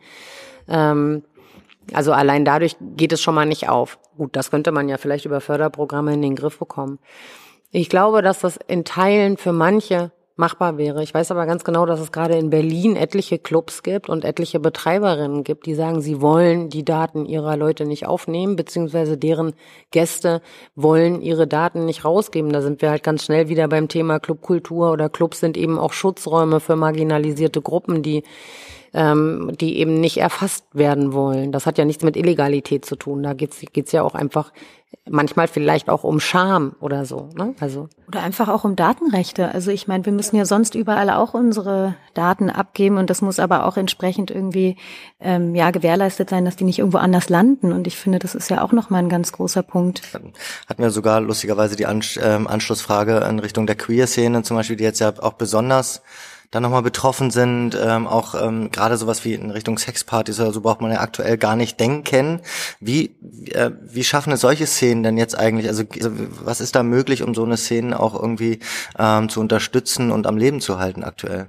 Also allein dadurch geht es schon mal nicht auf. Gut, das könnte man ja vielleicht über Förderprogramme in den Griff bekommen. Ich glaube, dass das in Teilen für manche machbar wäre. Ich weiß aber ganz genau, dass es gerade in Berlin etliche Clubs gibt und etliche Betreiberinnen gibt, die sagen, sie wollen die Daten ihrer Leute nicht aufnehmen, beziehungsweise deren Gäste wollen ihre Daten nicht rausgeben. Da sind wir halt ganz schnell wieder beim Thema Clubkultur oder Clubs sind eben auch Schutzräume für marginalisierte Gruppen, die eben nicht erfasst werden wollen. Das hat ja nichts mit Illegalität zu tun. Da geht's ja auch einfach manchmal vielleicht auch um Scham oder so, ne? Also oder einfach auch um Datenrechte. Also ich meine, wir müssen ja sonst überall auch unsere Daten abgeben und das muss aber auch entsprechend irgendwie gewährleistet sein, dass die nicht irgendwo anders landen. Und ich finde, das ist ja auch nochmal ein ganz großer Punkt. Hatten wir sogar lustigerweise die Anschlussfrage in Richtung der Queer-Szene zum Beispiel, die jetzt ja auch besonders da nochmal betroffen sind, auch gerade sowas wie in Richtung Sexpartys oder so braucht man ja aktuell gar nicht denken. Wie schaffen es solche Szenen denn jetzt eigentlich, also was ist da möglich, um so eine Szene auch irgendwie zu unterstützen und am Leben zu halten aktuell?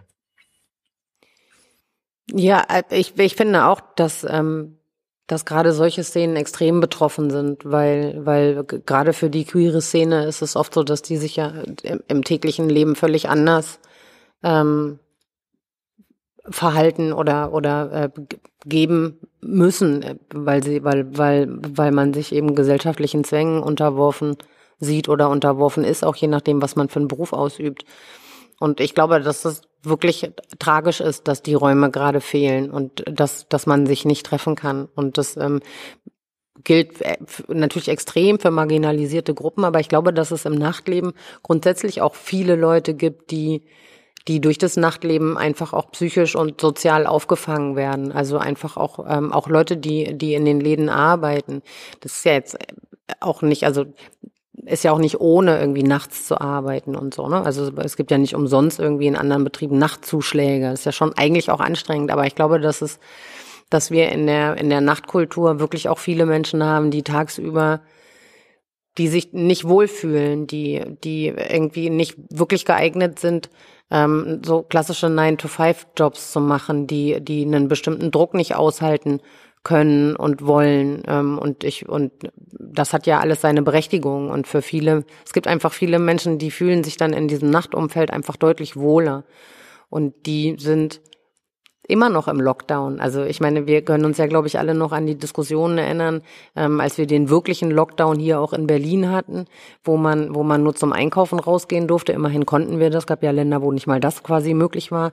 Ja, ich finde auch, dass gerade solche Szenen extrem betroffen sind, weil gerade für die queere Szene ist es oft so, dass die sich ja im täglichen Leben völlig anders verhalten oder geben müssen, weil man sich eben gesellschaftlichen Zwängen unterworfen sieht oder unterworfen ist, auch je nachdem, was man für einen Beruf ausübt. Und ich glaube, dass es wirklich tragisch ist, dass die Räume gerade fehlen und dass man sich nicht treffen kann. Und das gilt natürlich extrem für marginalisierte Gruppen, aber ich glaube, dass es im Nachtleben grundsätzlich auch viele Leute gibt, die durch das Nachtleben einfach auch psychisch und sozial aufgefangen werden. Also einfach auch Leute, die in den Läden arbeiten. Das ist ja jetzt auch nicht, also ist ja auch nicht ohne irgendwie nachts zu arbeiten und so, ne? Also es gibt ja nicht umsonst irgendwie in anderen Betrieben Nachtzuschläge. Das ist ja schon eigentlich auch anstrengend, aber ich glaube, dass wir in der Nachtkultur wirklich auch viele Menschen haben, die tagsüber, die sich nicht wohlfühlen, die irgendwie nicht wirklich geeignet sind, so klassische 9-to-5-Jobs zu machen, die einen bestimmten Druck nicht aushalten können und wollen, und das hat ja alles seine Berechtigung, und für viele, es gibt einfach viele Menschen, die fühlen sich dann in diesem Nachtumfeld einfach deutlich wohler, und die sind immer noch im Lockdown. Also ich meine, wir können uns ja, glaube ich, alle noch an die Diskussionen erinnern, als wir den wirklichen Lockdown hier auch in Berlin hatten, wo man nur zum Einkaufen rausgehen durfte. Immerhin konnten wir das. Es gab ja Länder, wo nicht mal das quasi möglich war.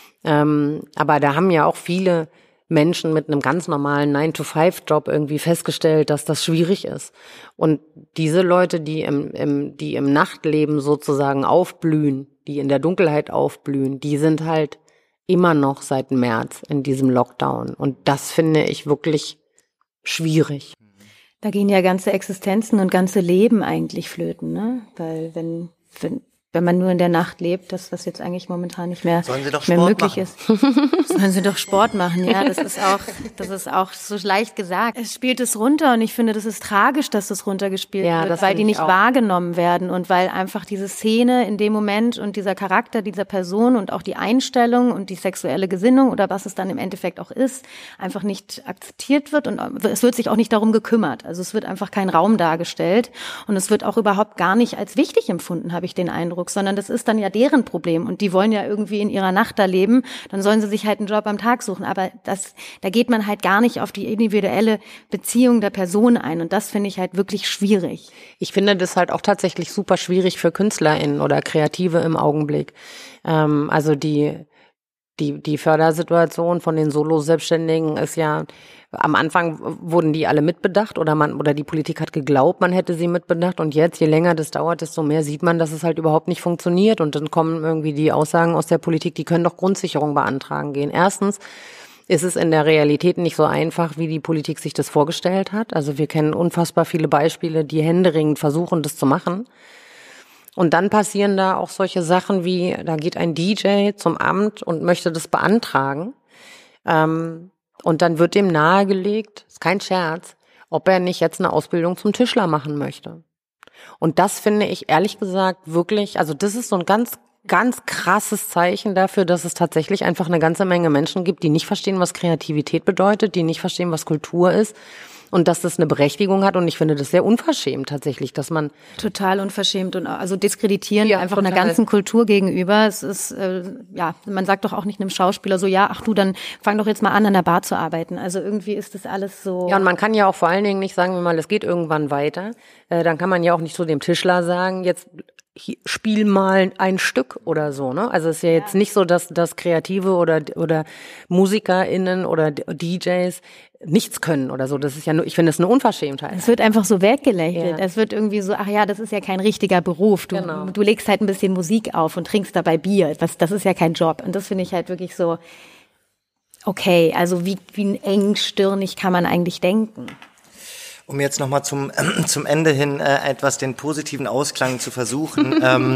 Aber da haben ja auch viele Menschen mit einem ganz normalen 9-to-5-Job irgendwie festgestellt, dass das schwierig ist. Und diese Leute, die im Nachtleben sozusagen aufblühen, die in der Dunkelheit aufblühen, die sind halt immer noch seit März in diesem Lockdown. Und das finde ich wirklich schwierig. Da gehen ja ganze Existenzen und ganze Leben eigentlich flöten, ne? Weil wenn man nur in der Nacht lebt, das, was jetzt eigentlich momentan nicht mehr möglich ist. Sollen sie doch Sport machen, ja, das ist auch so leicht gesagt. Es spielt es runter, und ich finde, das ist tragisch, dass das runtergespielt wird, weil die nicht wahrgenommen werden und weil einfach diese Szene in dem Moment und dieser Charakter dieser Person und auch die Einstellung und die sexuelle Gesinnung oder was es dann im Endeffekt auch ist, einfach nicht akzeptiert wird, und es wird sich auch nicht darum gekümmert. Also es wird einfach kein Raum dargestellt, und es wird auch überhaupt gar nicht als wichtig empfunden, habe ich den Eindruck, sondern das ist dann ja deren Problem, und die wollen ja irgendwie in ihrer Nacht da leben, dann sollen sie sich halt einen Job am Tag suchen, aber da geht man halt gar nicht auf die individuelle Beziehung der Person ein, und das finde ich halt wirklich schwierig. Ich finde das halt auch tatsächlich super schwierig für KünstlerInnen oder Kreative im Augenblick. Also die Fördersituation von den Solo-Selbstständigen ist ja, am Anfang wurden die alle mitbedacht oder die Politik hat geglaubt, man hätte sie mitbedacht, und jetzt, je länger das dauert, desto mehr sieht man, dass es halt überhaupt nicht funktioniert, und dann kommen irgendwie die Aussagen aus der Politik, die können doch Grundsicherung beantragen gehen. Erstens ist es in der Realität nicht so einfach, wie die Politik sich das vorgestellt hat. Also wir kennen unfassbar viele Beispiele, die händeringend versuchen, das zu machen. Und dann passieren da auch solche Sachen wie, da geht ein DJ zum Amt und möchte das beantragen. Und dann wird dem nahegelegt, ist kein Scherz, ob er nicht jetzt eine Ausbildung zum Tischler machen möchte. Und das finde ich ehrlich gesagt wirklich, also das ist so ein ganz, ganz krasses Zeichen dafür, dass es tatsächlich einfach eine ganze Menge Menschen gibt, die nicht verstehen, was Kreativität bedeutet, die nicht verstehen, was Kultur ist. Und dass das eine Berechtigung hat, und ich finde das sehr unverschämt tatsächlich, dass man... Total unverschämt und also diskreditierend einfach total. Einer ganzen Kultur gegenüber. Es ist, man sagt doch auch nicht einem Schauspieler so, dann fang doch jetzt mal an der Bar zu arbeiten. Also irgendwie ist das alles so... Ja, und man kann ja auch vor allen Dingen nicht sagen, es geht irgendwann weiter. Dann kann man ja auch nicht zu dem Tischler sagen, jetzt spiel mal ein Stück oder so, ne? Also es ist ja jetzt nicht so, dass Kreative oder MusikerInnen oder DJs nichts können oder so. Das ist ja nur, ich finde das eine Unverschämtheit. Es wird einfach so weggelächelt. Ja. Es wird irgendwie so, ach ja, das ist ja kein richtiger Beruf. Du legst halt ein bisschen Musik auf und trinkst dabei Bier. Das ist ja kein Job. Und das finde ich halt wirklich so, okay, also wie engstirnig kann man eigentlich denken? Um jetzt nochmal zum Ende hin etwas den positiven Ausklang zu versuchen.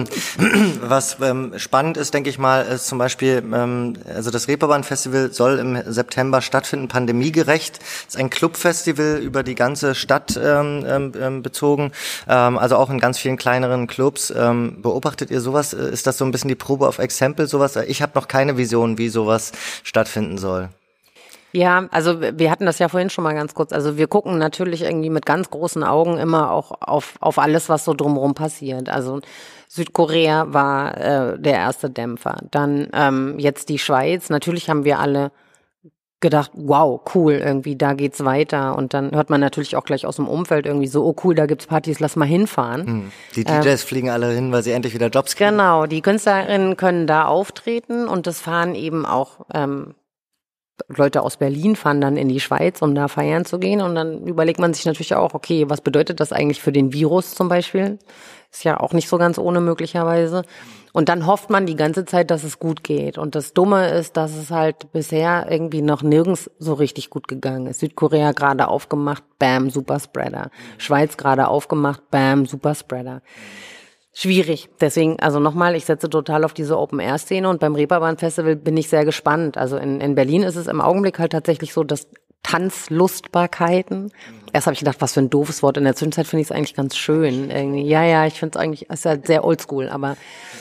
Was spannend ist, denke ich mal, ist zum Beispiel, also das Reeperbahn-Festival soll im September stattfinden, pandemiegerecht. Es ist ein Clubfestival über die ganze Stadt bezogen, also auch in ganz vielen kleineren Clubs. Beobachtet ihr sowas? Ist das so ein bisschen die Probe auf Exempel, sowas? Ich habe noch keine Vision, wie sowas stattfinden soll. Ja, also wir hatten das ja vorhin schon mal ganz kurz. Also wir gucken natürlich irgendwie mit ganz großen Augen immer auch auf alles, was so drumherum passiert. Also Südkorea war der erste Dämpfer. Dann jetzt die Schweiz. Natürlich haben wir alle gedacht, wow, cool, irgendwie da geht's weiter. Und dann hört man natürlich auch gleich aus dem Umfeld irgendwie so, oh cool, da gibt's Partys, lass mal hinfahren. Die DJs fliegen alle hin, weil sie endlich wieder Jobs kriegen. Genau, die Künstlerinnen können da auftreten und das fahren eben auch Leute aus Berlin fahren dann in die Schweiz, um da feiern zu gehen. Und dann überlegt man sich natürlich auch, okay, was bedeutet das eigentlich für den Virus zum Beispiel? Ist ja auch nicht so ganz ohne möglicherweise. Und dann hofft man die ganze Zeit, dass es gut geht. Und das Dumme ist, dass es halt bisher irgendwie noch nirgends so richtig gut gegangen ist. Südkorea gerade aufgemacht, bam, Superspreader. Schweiz gerade aufgemacht, bam, Superspreader. Schwierig. Deswegen, also nochmal, ich setze total auf diese Open-Air-Szene und beim Reeperbahn-Festival bin ich sehr gespannt. Also in Berlin ist es im Augenblick halt tatsächlich so, dass Tanzlustbarkeiten. Erst habe ich gedacht, was für ein doofes Wort. In der Zwischenzeit finde ich es eigentlich ganz schön. Irgendwie, ja, ich finde es eigentlich, ist halt sehr oldschool, aber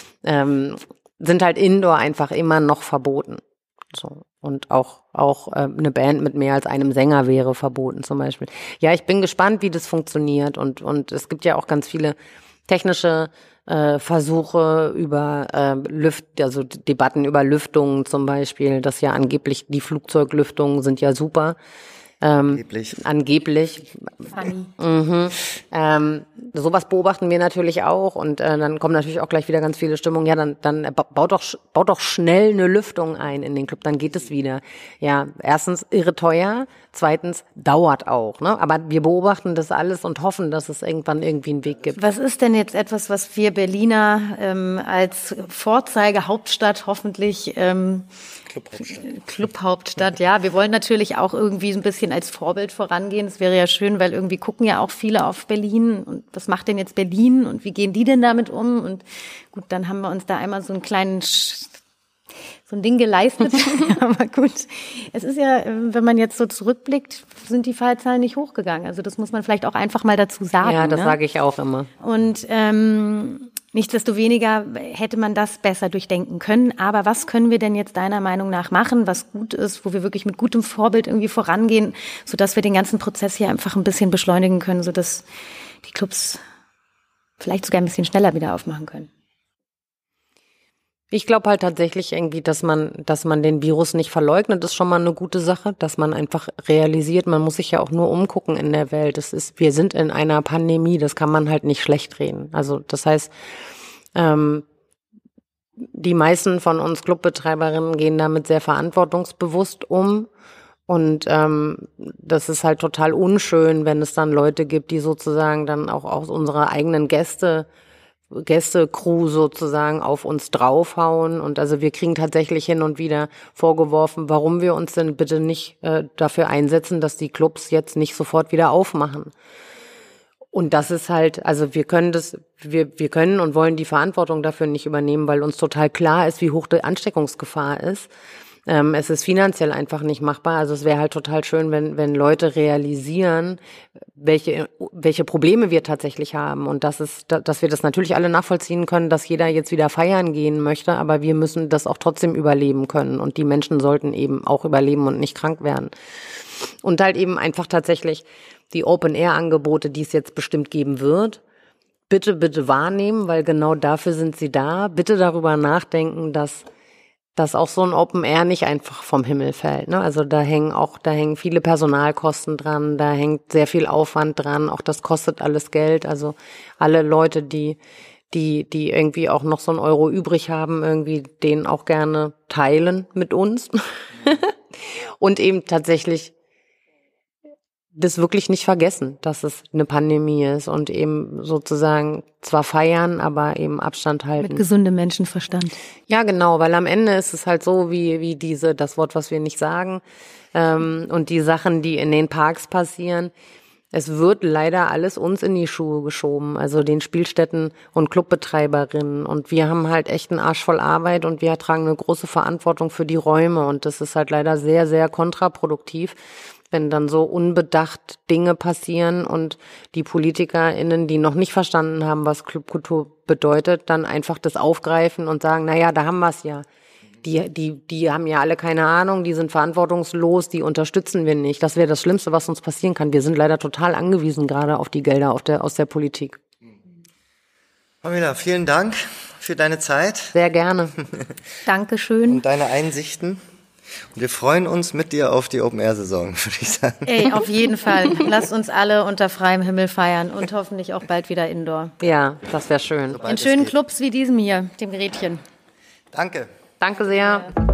sind halt Indoor einfach immer noch verboten. So. Und auch eine Band mit mehr als einem Sänger wäre verboten zum Beispiel. Ja, ich bin gespannt, wie das funktioniert und es gibt ja auch ganz viele technische Versuche über also Debatten über Lüftungen zum Beispiel, dass ja angeblich die Flugzeuglüftungen sind ja super. Angeblich. Funny. Sowas beobachten wir natürlich auch und dann kommen natürlich auch gleich wieder ganz viele Stimmungen. Ja, dann baut doch schnell eine Lüftung ein in den Club, dann geht es wieder. Ja, erstens irre teuer, zweitens dauert auch, ne? Aber wir beobachten das alles und hoffen, dass es irgendwann irgendwie einen Weg gibt. Was ist denn jetzt etwas, was wir Berliner als Vorzeigehauptstadt hoffentlich Clubhauptstadt, ja. Wir wollen natürlich auch irgendwie ein bisschen als Vorbild vorangehen. Das wäre ja schön, weil irgendwie gucken ja auch viele auf Berlin. Und was macht denn jetzt Berlin? Und wie gehen die denn damit um? Und gut, dann haben wir uns da einmal so ein Ding geleistet. Aber gut, es ist ja, wenn man jetzt so zurückblickt, sind die Fallzahlen nicht hochgegangen. Also das muss man vielleicht auch einfach mal dazu sagen. Ja, das sage ich auch immer. Und nichtsdestoweniger hätte man das besser durchdenken können. Aber was können wir denn jetzt deiner Meinung nach machen, was gut ist, wo wir wirklich mit gutem Vorbild irgendwie vorangehen, sodass wir den ganzen Prozess hier einfach ein bisschen beschleunigen können, sodass die Clubs vielleicht sogar ein bisschen schneller wieder aufmachen können? Ich glaube halt tatsächlich irgendwie, dass man den Virus nicht verleugnet, ist schon mal eine gute Sache, dass man einfach realisiert, man muss sich ja auch nur umgucken in der Welt. Wir sind in einer Pandemie, das kann man halt nicht schlecht reden. Also das heißt, die meisten von uns Clubbetreiberinnen gehen damit sehr verantwortungsbewusst um. Und das ist halt total unschön, wenn es dann Leute gibt, die sozusagen dann auch aus unserer eigenen Gäste-Crew sozusagen auf uns draufhauen. Und also wir kriegen tatsächlich hin und wieder vorgeworfen, warum wir uns denn bitte nicht dafür einsetzen, dass die Clubs jetzt nicht sofort wieder aufmachen. Und das ist halt, also wir können und wollen die Verantwortung dafür nicht übernehmen, weil uns total klar ist, wie hoch die Ansteckungsgefahr ist. Es ist finanziell einfach nicht machbar. Also es wäre halt total schön, wenn Leute realisieren, welche Probleme wir tatsächlich haben und dass wir das natürlich alle nachvollziehen können, dass jeder jetzt wieder feiern gehen möchte, aber wir müssen das auch trotzdem überleben können und die Menschen sollten eben auch überleben und nicht krank werden. Und halt eben einfach tatsächlich die Open-Air-Angebote, die es jetzt bestimmt geben wird, bitte wahrnehmen, weil genau dafür sind sie da. Bitte darüber nachdenken, dass auch so ein Open Air nicht einfach vom Himmel fällt, ne? Also da hängen viele Personalkosten dran, da hängt sehr viel Aufwand dran, auch das kostet alles Geld. Also alle Leute, die irgendwie auch noch so einen Euro übrig haben, irgendwie den auch gerne teilen mit uns. Und eben tatsächlich das wirklich nicht vergessen, dass es eine Pandemie ist und eben sozusagen zwar feiern, aber eben Abstand halten. Mit gesundem Menschenverstand. Ja, genau, weil am Ende ist es halt so wie das Wort, was wir nicht sagen, und die Sachen, die in den Parks passieren. es wird leider alles uns in die Schuhe geschoben, also den Spielstätten und Clubbetreiberinnen. Und wir haben halt echt einen Arsch voll Arbeit und wir tragen eine große Verantwortung für die Räume. Und das ist halt leider sehr, sehr kontraproduktiv, wenn dann so unbedacht Dinge passieren und die PolitikerInnen, die noch nicht verstanden haben, was Clubkultur bedeutet, dann einfach das aufgreifen und sagen, naja, da haben wir es ja. Die haben ja alle keine Ahnung, die sind verantwortungslos, die unterstützen wir nicht. Das wäre das Schlimmste, was uns passieren kann. Wir sind leider total angewiesen gerade auf die Gelder aus der Politik. Pamela, vielen Dank für deine Zeit. Sehr gerne. Dankeschön. Und deine Einsichten. Und wir freuen uns mit dir auf die Open-Air-Saison, würde ich sagen. Ey, auf jeden Fall. Lasst uns alle unter freiem Himmel feiern und hoffentlich auch bald wieder Indoor. Ja, das wäre schön. In schönen Clubs wie diesem hier, dem Gretchen. Danke. Danke sehr.